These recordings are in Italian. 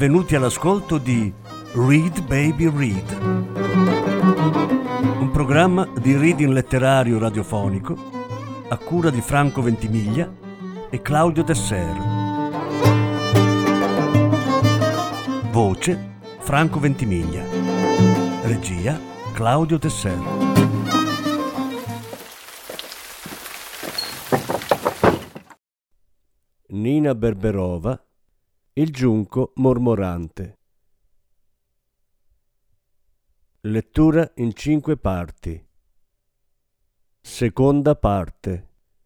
benvenuti all'ascolto di Read Baby Read, un programma di reading letterario radiofonico a cura di Franco Ventimiglia e Claudio Tesser. Voce Franco Ventimiglia. Regia Claudio Tesser. Nina Berberova, Il giunco mormorante. Lettura in 5 parti. Seconda parte.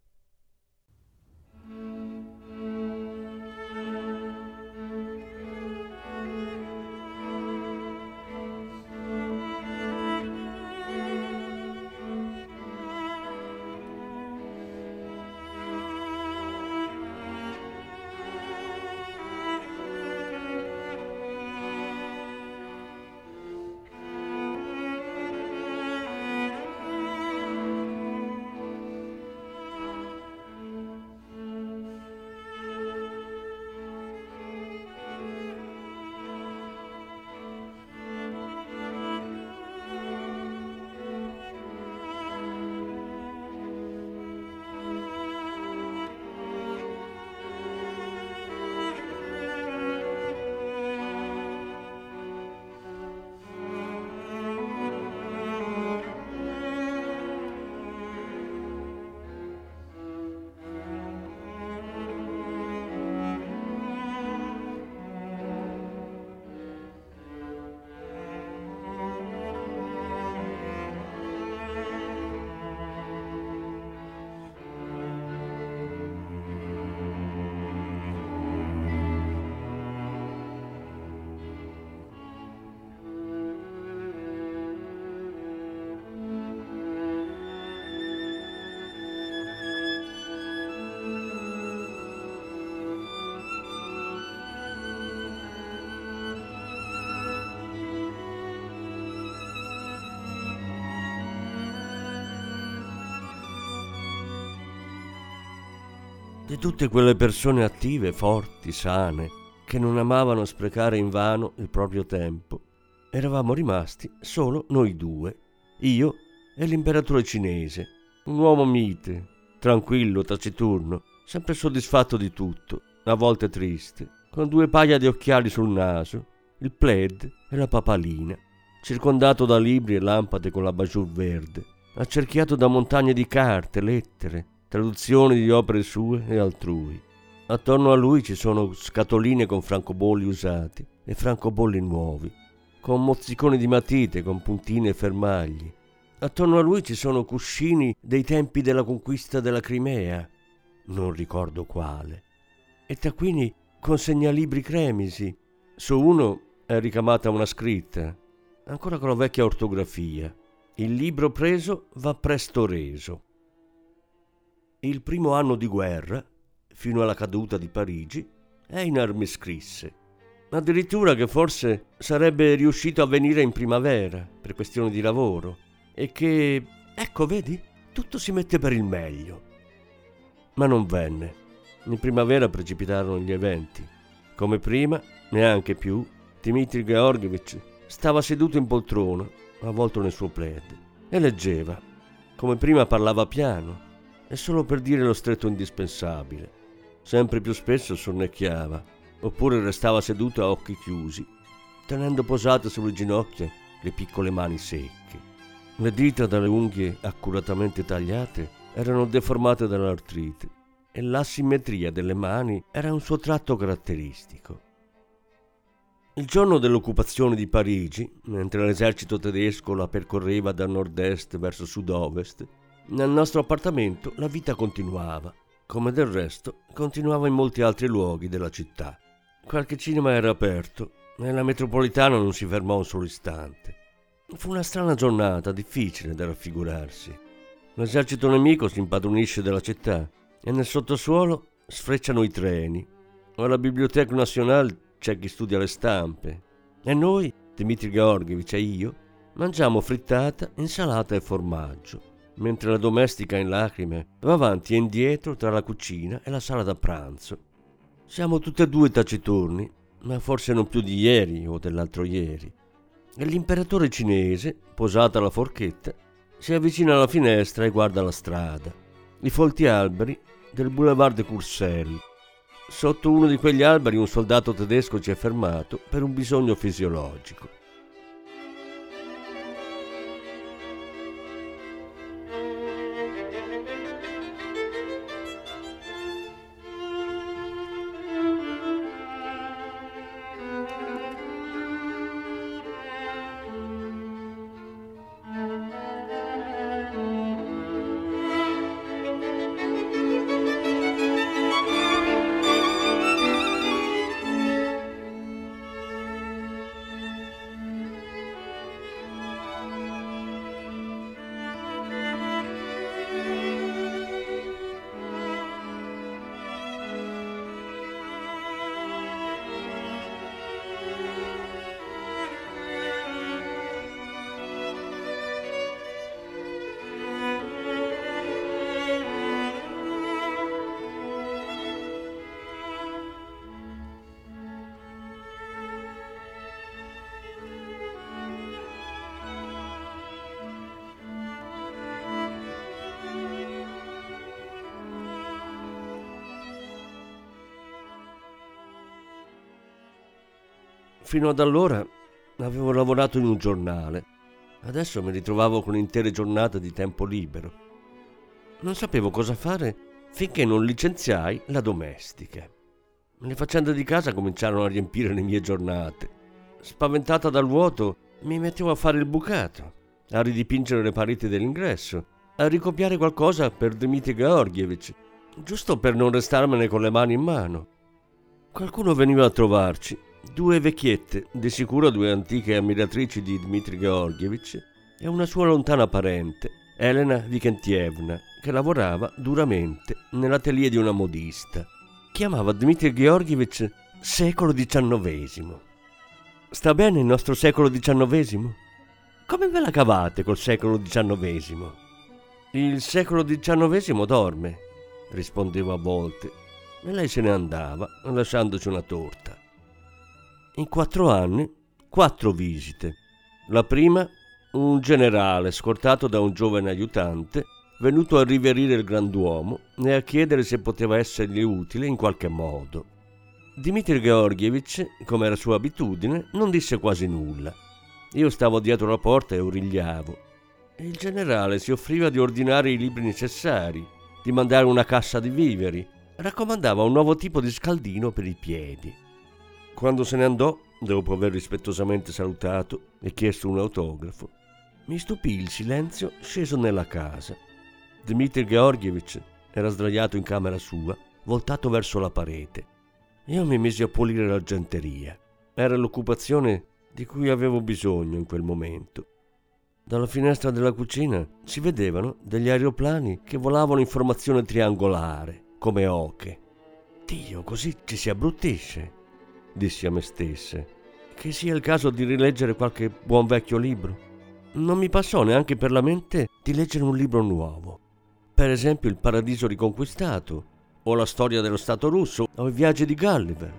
Di tutte quelle persone attive, forti, sane, che non amavano sprecare invano il proprio tempo, eravamo rimasti solo noi due, io e l'imperatore cinese, un uomo mite, tranquillo, taciturno, sempre soddisfatto di tutto, a volte triste, con 2 paia di occhiali sul naso, il plaid e la papalina, circondato da libri e lampade con l'abajur verde, accerchiato da montagne di carte, lettere, traduzioni di opere sue e altrui. Attorno a lui ci sono scatoline con francobolli usati e francobolli nuovi, con mozziconi di matite, con puntine e fermagli. Attorno a lui ci sono cuscini dei tempi della conquista della Crimea, non ricordo quale, e taccuini con segnalibri cremisi. Su uno è ricamata una scritta, ancora con la vecchia ortografia: il libro preso va presto reso. Il primo anno di guerra, fino alla caduta di Parigi, Einar mi scrisse addirittura che forse sarebbe riuscito a venire in primavera per questioni di lavoro e che, ecco vedi, tutto si mette per il meglio. Ma non venne. In primavera precipitarono gli eventi. Come prima, neanche più, Dmitri Georgievich stava seduto in poltrona, avvolto nel suo plaid, e leggeva. Come prima parlava piano, e solo per dire lo stretto indispensabile. Sempre più spesso sonnecchiava, oppure restava seduto a occhi chiusi, tenendo posate sulle ginocchia le piccole mani secche. Le dita dalle unghie accuratamente tagliate erano deformate dall'artrite e l'asimmetria delle mani era un suo tratto caratteristico. Il giorno dell'occupazione di Parigi, mentre l'esercito tedesco la percorreva da nord-est verso sud-ovest, nel nostro appartamento la vita continuava, come del resto continuava in molti altri luoghi della città. Qualche cinema era aperto e la metropolitana non si fermò un solo istante. Fu una strana giornata, difficile da raffigurarsi. L'esercito nemico si impadronisce della città e nel sottosuolo sfrecciano i treni. Alla Bibliothèque Nationale c'è chi studia le stampe e noi, Dmitri Georgievich e io, mangiamo frittata, insalata e formaggio, mentre la domestica in lacrime va avanti e indietro tra la cucina e la sala da pranzo. Siamo tutti e due taciturni, ma forse non più di ieri o dell'altro ieri. E l'imperatore cinese, posata la forchetta, si avvicina alla finestra e guarda la strada, i folti alberi del boulevard de Courcelles. Sotto uno di quegli alberi un soldato tedesco ci è fermato per un bisogno fisiologico. Fino ad allora avevo lavorato in un giornale. Adesso mi ritrovavo con intere giornate di tempo libero. Non sapevo cosa fare finché non licenziai la domestica. Le faccende di casa cominciarono a riempire le mie giornate. Spaventata dal vuoto, mi mettevo a fare il bucato, a ridipingere le pareti dell'ingresso, a ricopiare qualcosa per Dmitri Georgievich, giusto per non restarmene con le mani in mano. Qualcuno veniva a trovarci. 2 vecchiette, di sicuro 2 antiche ammiratrici di Dmitri Georgievich, e una sua lontana parente, Elena Vikentievna, che lavorava duramente nell'atelier di una modista. Chiamava Dmitri Georgievich secolo XIX. Sta bene il nostro secolo XIX? Come ve la cavate col secolo XIX? Il secolo XIX dorme, rispondevo a volte, e lei se ne andava, lasciandoci una torta. In 4 anni, 4 visite. La prima, un generale scortato da un giovane aiutante, venuto a riverire il granduomo e a chiedere se poteva essergli utile in qualche modo. Dmitri Georgievich, come era sua abitudine, non disse quasi nulla. Io stavo dietro la porta e origliavo. Il generale si offriva di ordinare i libri necessari, di mandare una cassa di viveri, raccomandava un nuovo tipo di scaldino per i piedi. Quando se ne andò, dopo aver rispettosamente salutato e chiesto un autografo, mi stupì il silenzio sceso nella casa. Dmitri Georgievich era sdraiato in camera sua, voltato verso la parete. Io mi misi a pulire l'argenteria. Era l'occupazione di cui avevo bisogno in quel momento. Dalla finestra della cucina si vedevano degli aeroplani che volavano in formazione triangolare, come oche. Dio, così ci si abbruttisce, dissi a me stessa. Che sia il caso di rileggere qualche buon vecchio libro. Non mi passò neanche per la mente di leggere un libro nuovo. Per esempio Il Paradiso riconquistato, o La storia dello Stato russo, o I viaggi di Gulliver.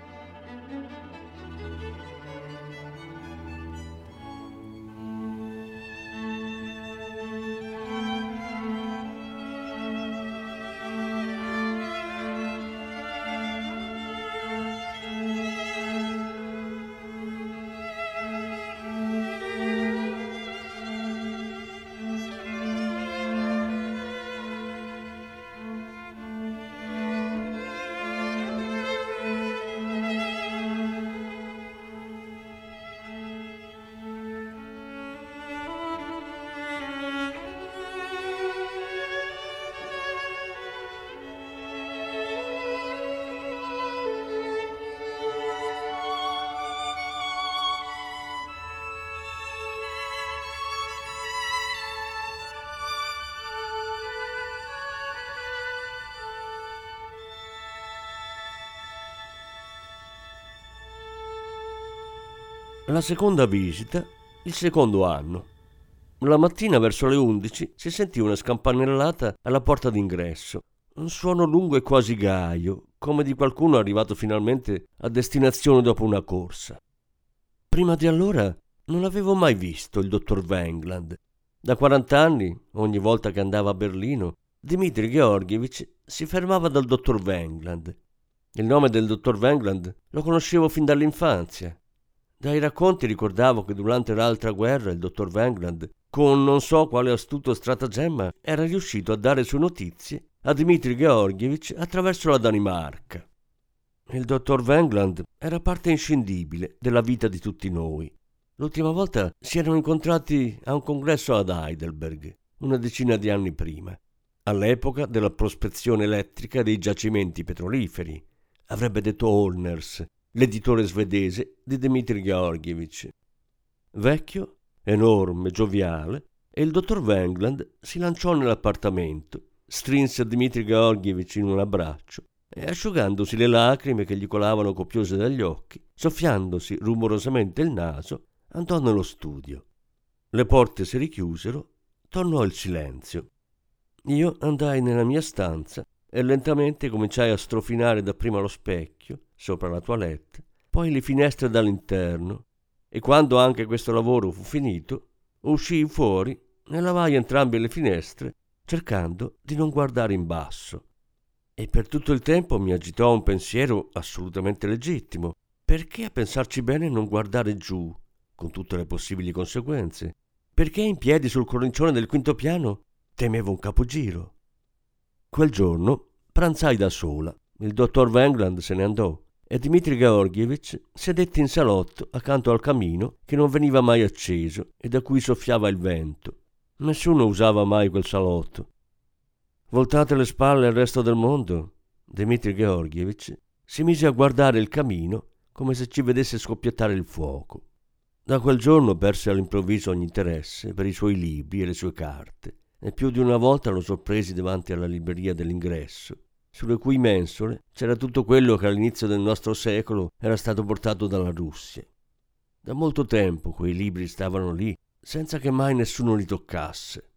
La seconda visita, il secondo anno. La mattina verso le 11 si sentì una scampanellata alla porta d'ingresso. un suono lungo e quasi gaio, come di qualcuno arrivato finalmente a destinazione dopo una corsa. Prima di allora non avevo mai visto il dottor Wengland. Da 40 anni, ogni volta che andava a Berlino, Dmitri Georgievich si fermava dal dottor Wengland. Il nome del dottor Wengland lo conoscevo fin dall'infanzia. Dai racconti ricordavo che durante l'altra guerra il dottor Wengland, con non so quale astuto stratagemma, era riuscito a dare sue notizie a Dmitri Georgievich attraverso la Danimarca. Il dottor Wengland era parte inscindibile della vita di tutti noi. L'ultima volta si erano incontrati a un congresso ad Heidelberg, una decina di anni prima, all'epoca della prospezione elettrica dei giacimenti petroliferi, avrebbe detto Holners, l'editore svedese di Dmitri Georgievich. Vecchio, enorme, gioviale, e il dottor Wengland si lanciò nell'appartamento, strinse Dmitri Georgievich in un abbraccio e, asciugandosi le lacrime che gli colavano copiose dagli occhi, soffiandosi rumorosamente il naso, andò nello studio. Le porte si richiusero, tornò il silenzio. Io andai nella mia stanza e lentamente cominciai a strofinare dapprima lo specchio sopra la toilette, poi le finestre dall'interno, e quando anche questo lavoro fu finito, uscii fuori e lavai entrambe le finestre, cercando di non guardare in basso. E per tutto il tempo mi agitò un pensiero assolutamente legittimo: perché, a pensarci bene, non guardare giù, con tutte le possibili conseguenze? Perché in piedi sul cornicione del quinto piano temevo un capogiro? Quel giorno pranzai da sola, il dottor Wengland se ne andò e Dmitri Georgievich sedette in salotto accanto al camino che non veniva mai acceso e da cui soffiava il vento. Nessuno usava mai quel salotto. Voltate le spalle al resto del mondo, Dmitri Georgievich si mise a guardare il camino come se ci vedesse scoppiettare il fuoco. Da quel giorno perse all'improvviso ogni interesse per i suoi libri e le sue carte, e più di una volta lo sorpresi davanti alla libreria dell'ingresso, sulle cui mensole c'era tutto quello che all'inizio del nostro secolo era stato portato dalla Russia. Da molto tempo quei libri stavano lì, senza che mai nessuno li toccasse.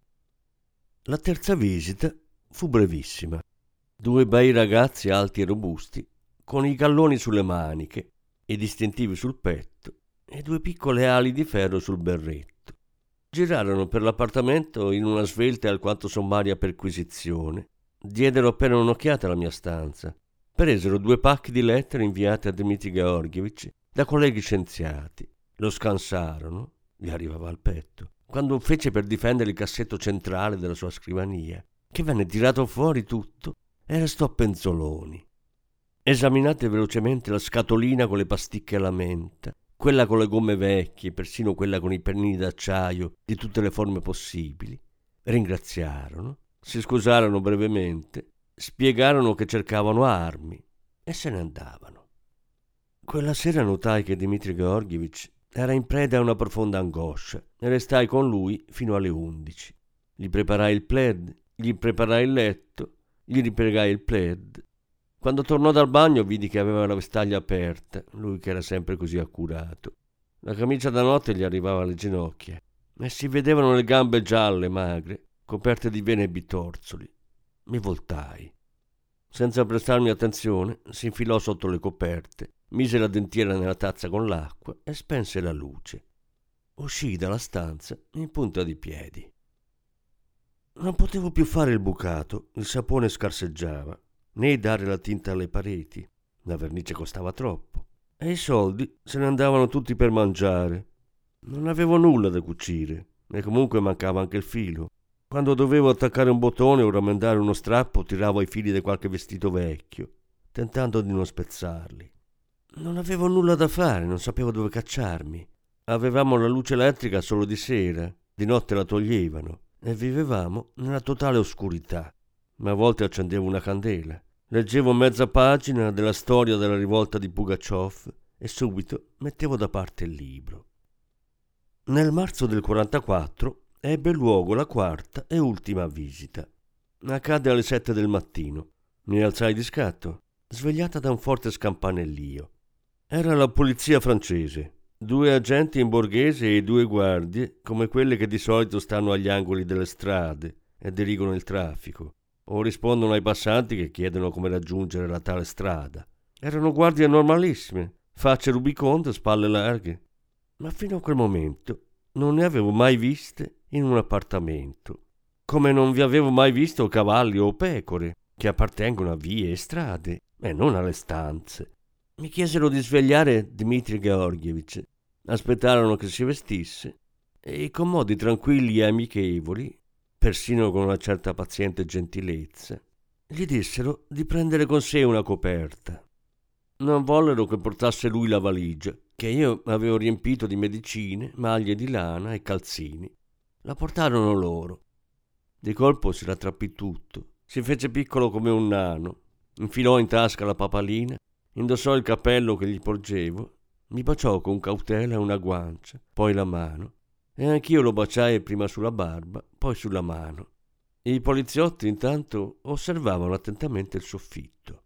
La terza visita fu brevissima. 2 bei ragazzi alti e robusti, con i galloni sulle maniche, i distintivi sul petto e 2 piccole ali di ferro sul berretto. Girarono per l'appartamento in una svelta e alquanto sommaria perquisizione. Diedero appena un'occhiata alla mia stanza. Presero 2 pacchi di lettere inviate a Dmitri Georgievich da colleghi scienziati. Lo scansarono, gli arrivava al petto, quando fece per difendere il cassetto centrale della sua scrivania, che venne tirato fuori tutto e restò a penzoloni. Esaminate velocemente la scatolina con le pasticche alla menta, quella con le gomme vecchie, persino quella con i pennini d'acciaio di tutte le forme possibili. Ringraziarono, si scusarono brevemente, spiegarono che cercavano armi e se ne andavano. Quella sera notai che Dmitri Georgievich era in preda a una profonda angoscia e restai con lui fino alle 11. Gli preparai il plaid, gli preparai il letto, gli ripregai il plaid. Quando tornò dal bagno vidi che aveva la vestaglia aperta, lui che era sempre così accurato. La camicia da notte gli arrivava alle ginocchia e si vedevano le gambe gialle, magre, coperte di vene e bitorzoli. Mi voltai. Senza prestarmi attenzione, si infilò sotto le coperte, mise la dentiera nella tazza con l'acqua e spense la luce. Uscii dalla stanza in punta di piedi. Non potevo più fare il bucato, il sapone scarseggiava, né dare la tinta alle pareti, la vernice costava troppo, e i soldi se ne andavano tutti per mangiare. Non avevo nulla da cucire, e comunque mancava anche il filo. Quando dovevo attaccare un bottone o rammendare uno strappo, tiravo i fili di qualche vestito vecchio, tentando di non spezzarli. Non avevo nulla da fare, non sapevo dove cacciarmi. Avevamo la luce elettrica solo di sera, di notte la toglievano, e vivevamo nella totale oscurità. Ma a volte accendevo una candela, leggevo mezza pagina della storia della rivolta di Pugaciov e subito mettevo da parte il libro. Nel marzo del 44 ebbe luogo la 4ª e ultima visita. Accadde alle 7 del mattino. Mi alzai di scatto, svegliata da un forte scampanellio. Era la polizia francese, 2 agenti in borghese e 2 guardie, come quelle che di solito stanno agli angoli delle strade e dirigono il traffico. o rispondono ai passanti che chiedono come raggiungere la tale strada. Erano guardie normalissime, facce rubiconde, spalle larghe, ma fino a quel momento non ne avevo mai viste in un appartamento, come non vi avevo mai visto cavalli o pecore che appartengono a vie e strade e non alle stanze. Mi chiesero di svegliare Dmitri Georgievich, aspettarono che si vestisse e con modi tranquilli e amichevoli, persino con una certa paziente gentilezza, gli dissero di prendere con sé una coperta. Non vollero che portasse lui la valigia, che io avevo riempito di medicine, maglie di lana e calzini. La portarono loro. Di colpo si rattrappì tutto, si fece piccolo come un nano, infilò in tasca la papalina, indossò il cappello che gli porgevo, mi baciò con cautela una guancia, poi la mano, e anch'io lo baciai prima sulla barba, poi sulla mano. I poliziotti intanto osservavano attentamente il soffitto.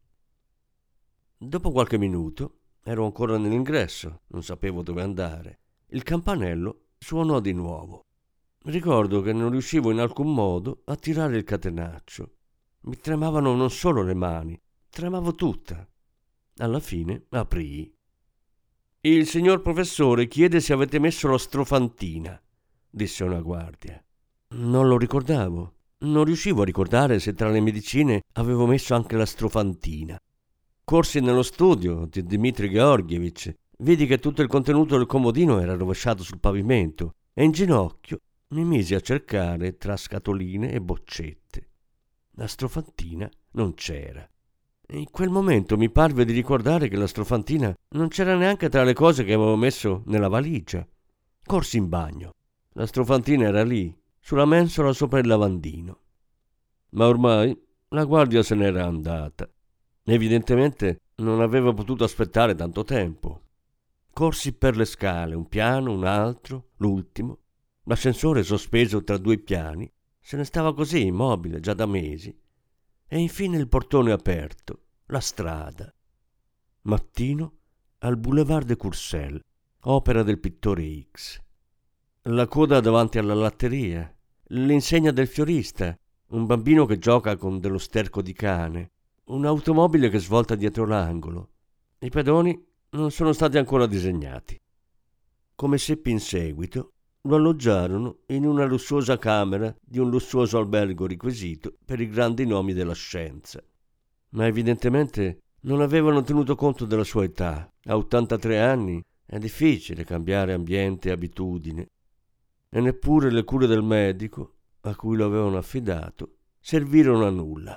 Dopo qualche minuto, ero ancora nell'ingresso, non sapevo dove andare. Il campanello suonò di nuovo. Ricordo che non riuscivo in alcun modo a tirare il catenaccio. Mi tremavano non solo le mani, tremavo tutta. Alla fine aprii. «Il signor professore chiede se avete messo la strofantina», disse una guardia. Non lo ricordavo. Non riuscivo a ricordare se tra le medicine avevo messo anche la strofantina. Corsi nello studio di Dmitri Georgievich, vidi che tutto il contenuto del comodino era rovesciato sul pavimento e in ginocchio mi misi a cercare tra scatoline e boccette. La strofantina non c'era. In quel momento mi parve di ricordare che la strofantina non c'era neanche tra le cose che avevo messo nella valigia. Corsi in bagno. La strofantina era lì, sulla mensola sopra il lavandino. Ma ormai la guardia se n'era andata. Evidentemente non avevo potuto aspettare tanto tempo. Corsi per le scale, un piano, un altro, l'ultimo. L'ascensore sospeso tra due piani se ne stava così immobile già da mesi. E infine il portone aperto, la strada. Mattino al Boulevard de Courcelles, opera del pittore X. La coda davanti alla latteria, l'insegna del fiorista, un bambino che gioca con dello sterco di cane, un'automobile che svolta dietro l'angolo. I pedoni non sono stati ancora disegnati. Come seppi in seguito, lo alloggiarono in una lussuosa camera di un lussuoso albergo riquisito per i grandi nomi della scienza. Ma evidentemente non avevano tenuto conto della sua età. A 83 anni è difficile cambiare ambiente e abitudine. E neppure le cure del medico, a cui lo avevano affidato, servirono a nulla.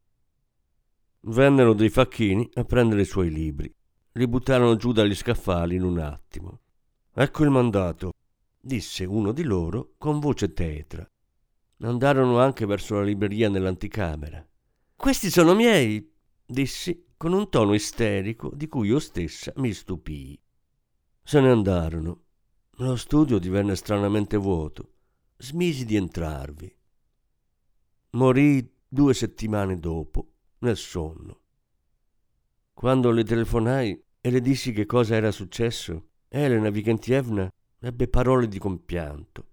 Vennero dei facchini a prendere i suoi libri. Li buttarono giù dagli scaffali in un attimo. «Ecco il mandato», disse uno di loro con voce tetra. Andarono anche verso la libreria nell'anticamera. «Questi sono miei», dissi con un tono isterico di cui io stessa mi stupii. Se ne andarono. Lo studio divenne stranamente vuoto. Smisi di entrarvi. Morii 2 settimane dopo, nel sonno. Quando le telefonai e le dissi che cosa era successo, Elena Vikentievna ebbe parole di compianto.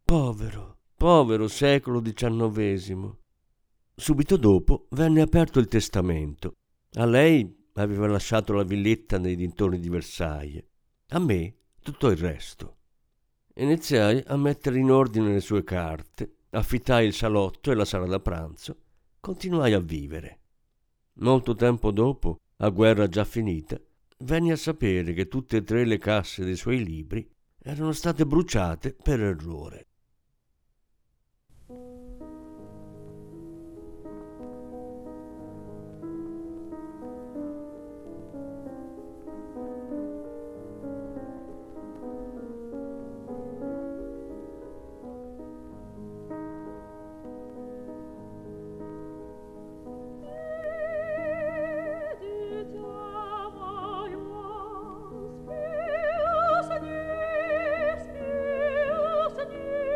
Povero secolo XIX. Subito dopo venne aperto il testamento. A lei aveva lasciato la villetta nei dintorni di Versailles. A me tutto il resto. Iniziai a mettere in ordine le sue carte, affittai il salotto e la sala da pranzo, continuai a vivere. Molto tempo dopo, a guerra già finita, venni a sapere che tutte e 3 le casse dei suoi libri erano state bruciate per errore. Seigneur, Seigneur,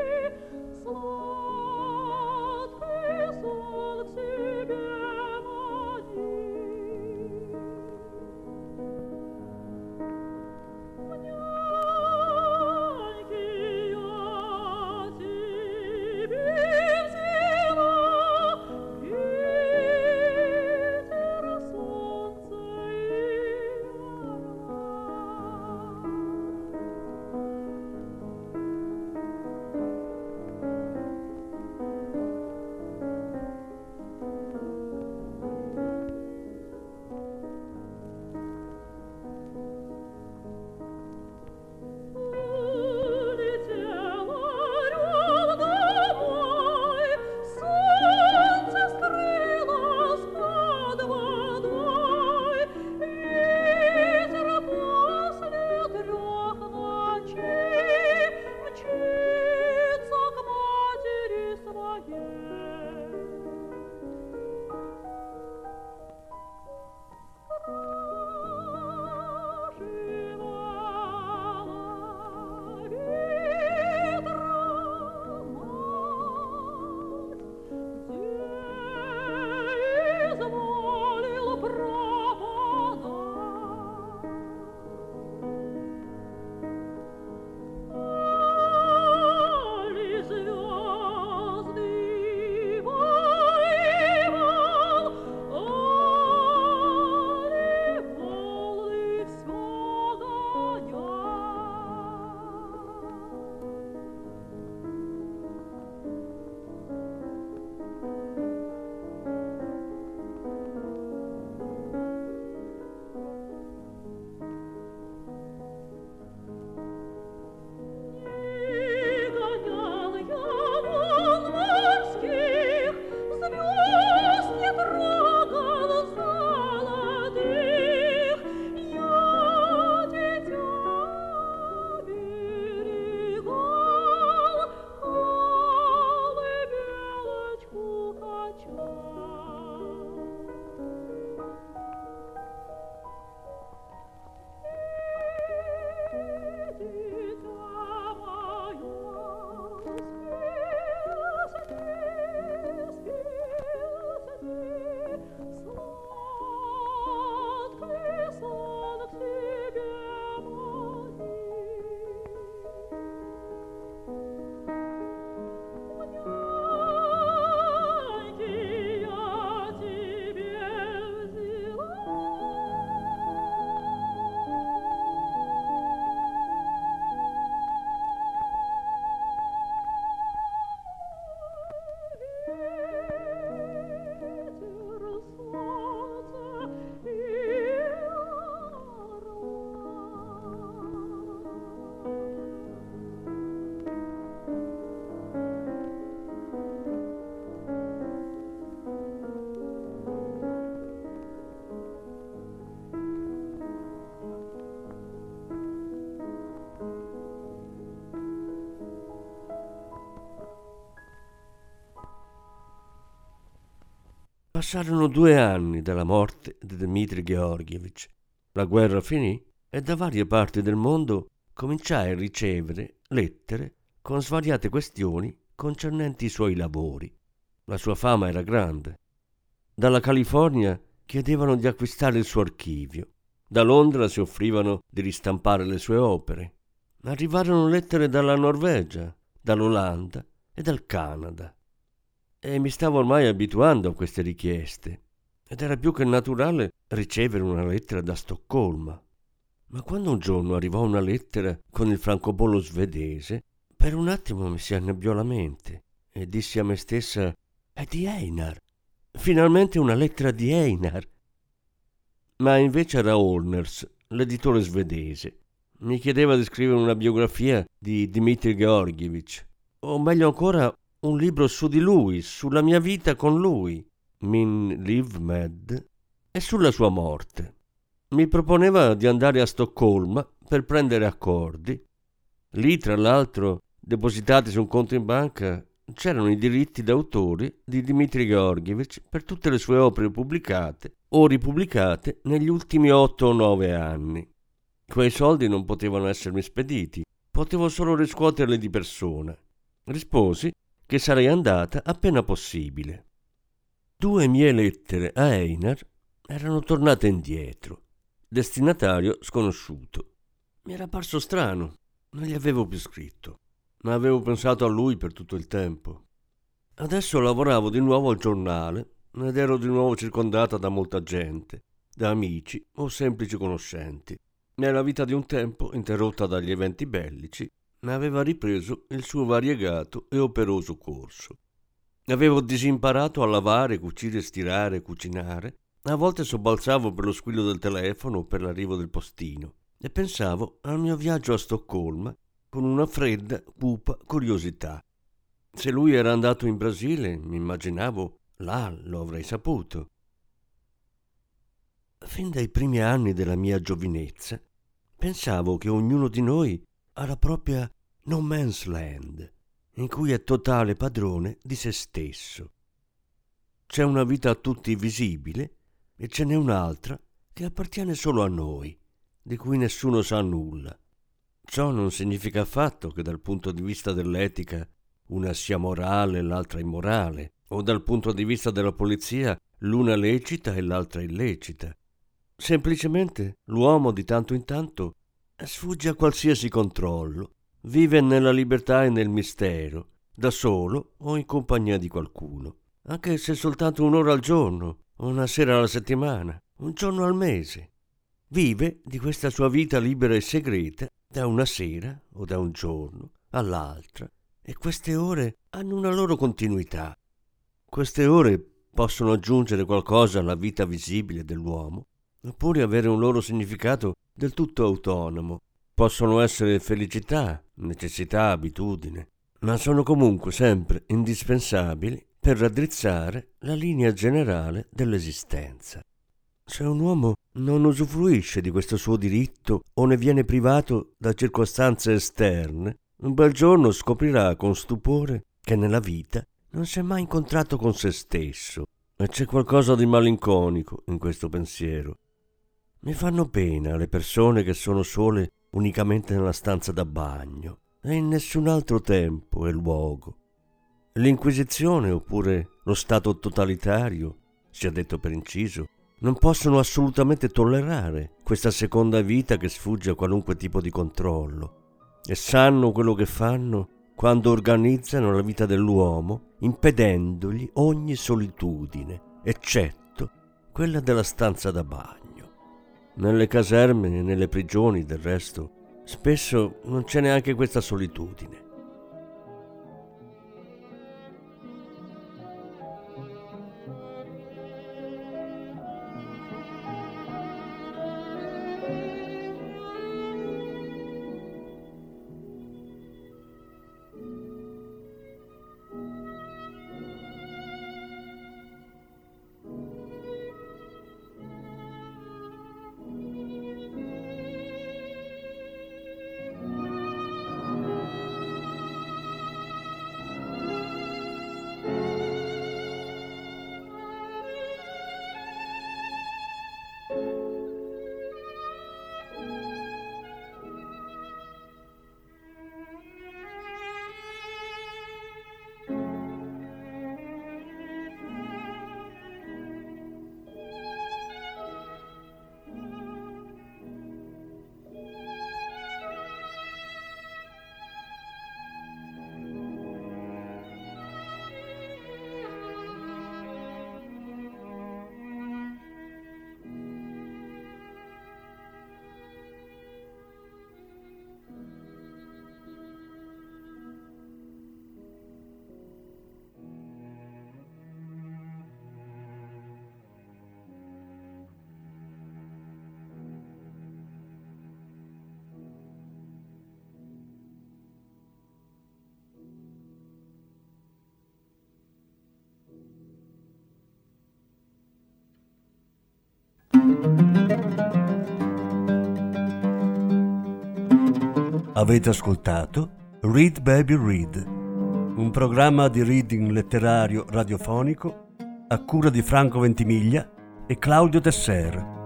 Passarono 2 anni dalla morte di Dmitri Georgievich. La guerra finì e da varie parti del mondo cominciai a ricevere lettere con svariate questioni concernenti i suoi lavori. La sua fama era grande. Dalla California chiedevano di acquistare il suo archivio. Da Londra si offrivano di ristampare le sue opere. Arrivarono lettere dalla Norvegia, dall'Olanda e dal Canada. E mi stavo ormai abituando a queste richieste. Ed era più che naturale ricevere una lettera da Stoccolma. Ma quando un giorno arrivò una lettera con il francobollo svedese, per un attimo mi si annebbiò la mente e dissi a me stessa: è di Einar. Finalmente una lettera di Einar. Ma invece era Holmers, l'editore svedese. Mi chiedeva di scrivere una biografia di Dmitri Georgievich, o meglio ancora un libro su di lui, sulla mia vita con lui, Min Liv Med, e sulla sua morte. Mi proponeva di andare a Stoccolma per prendere accordi. Lì, tra l'altro, depositati su un conto in banca, c'erano i diritti d'autore di Dmitri Georgievich per tutte le sue opere pubblicate o ripubblicate negli ultimi 8 o 9 anni. Quei soldi non potevano essermi spediti, potevo solo riscuoterli di persona. Risposi che sarei andata appena possibile. 2 mie lettere a Einar erano tornate indietro, destinatario sconosciuto. Mi era parso strano, non gli avevo più scritto, ma avevo pensato a lui per tutto il tempo. Adesso lavoravo di nuovo al giornale ed ero di nuovo circondata da molta gente, da amici o semplici conoscenti. Nella vita di un tempo, interrotta dagli eventi bellici, aveva ripreso il suo variegato e operoso corso. Avevo disimparato a lavare, cucire, stirare, cucinare. A volte sobbalzavo per lo squillo del telefono o per l'arrivo del postino e pensavo al mio viaggio a Stoccolma con una fredda, cupa curiosità. Se lui era andato in Brasile, mi immaginavo, là lo avrei saputo. Fin dai primi anni della mia giovinezza pensavo che ognuno di noi ha la propria no man's land, in cui è totale padrone di se stesso. C'è una vita a tutti visibile e ce n'è un'altra che appartiene solo a noi, di cui nessuno sa nulla. Ciò non significa affatto che dal punto di vista dell'etica una sia morale e l'altra immorale, o dal punto di vista della polizia l'una lecita e l'altra illecita. Semplicemente l'uomo di tanto in tanto sfugge a qualsiasi controllo, vive nella libertà e nel mistero, da solo o in compagnia di qualcuno, anche se soltanto un'ora al giorno, una sera alla settimana, un giorno al mese. Vive di questa sua vita libera e segreta da una sera o da un giorno all'altra, e queste ore hanno una loro continuità. Queste ore possono aggiungere qualcosa alla vita visibile dell'uomo, oppure avere un loro significato del tutto autonomo. Possono essere felicità, necessità, abitudine, ma sono comunque sempre indispensabili per raddrizzare la linea generale dell'esistenza. Se un uomo non usufruisce di questo suo diritto o ne viene privato da circostanze esterne, un bel giorno scoprirà con stupore che nella vita non si è mai incontrato con se stesso, e c'è qualcosa di malinconico in questo pensiero. Mi fanno pena le persone che sono sole unicamente nella stanza da bagno e in nessun altro tempo e luogo. L'Inquisizione oppure lo Stato totalitario, sia detto per inciso, non possono assolutamente tollerare questa seconda vita che sfugge a qualunque tipo di controllo, e sanno quello che fanno quando organizzano la vita dell'uomo impedendogli ogni solitudine, eccetto quella della stanza da bagno. Nelle caserme e nelle prigioni, del resto, spesso non c'è neanche questa solitudine. Avete ascoltato Read Baby Read, un programma di reading letterario radiofonico a cura di Franco Ventimiglia e Claudio Tesser.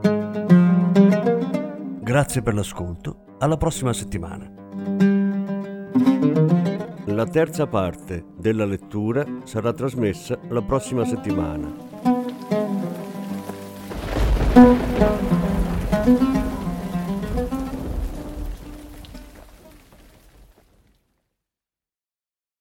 Grazie per l'ascolto, alla prossima settimana. La terza parte della lettura sarà trasmessa la prossima settimana.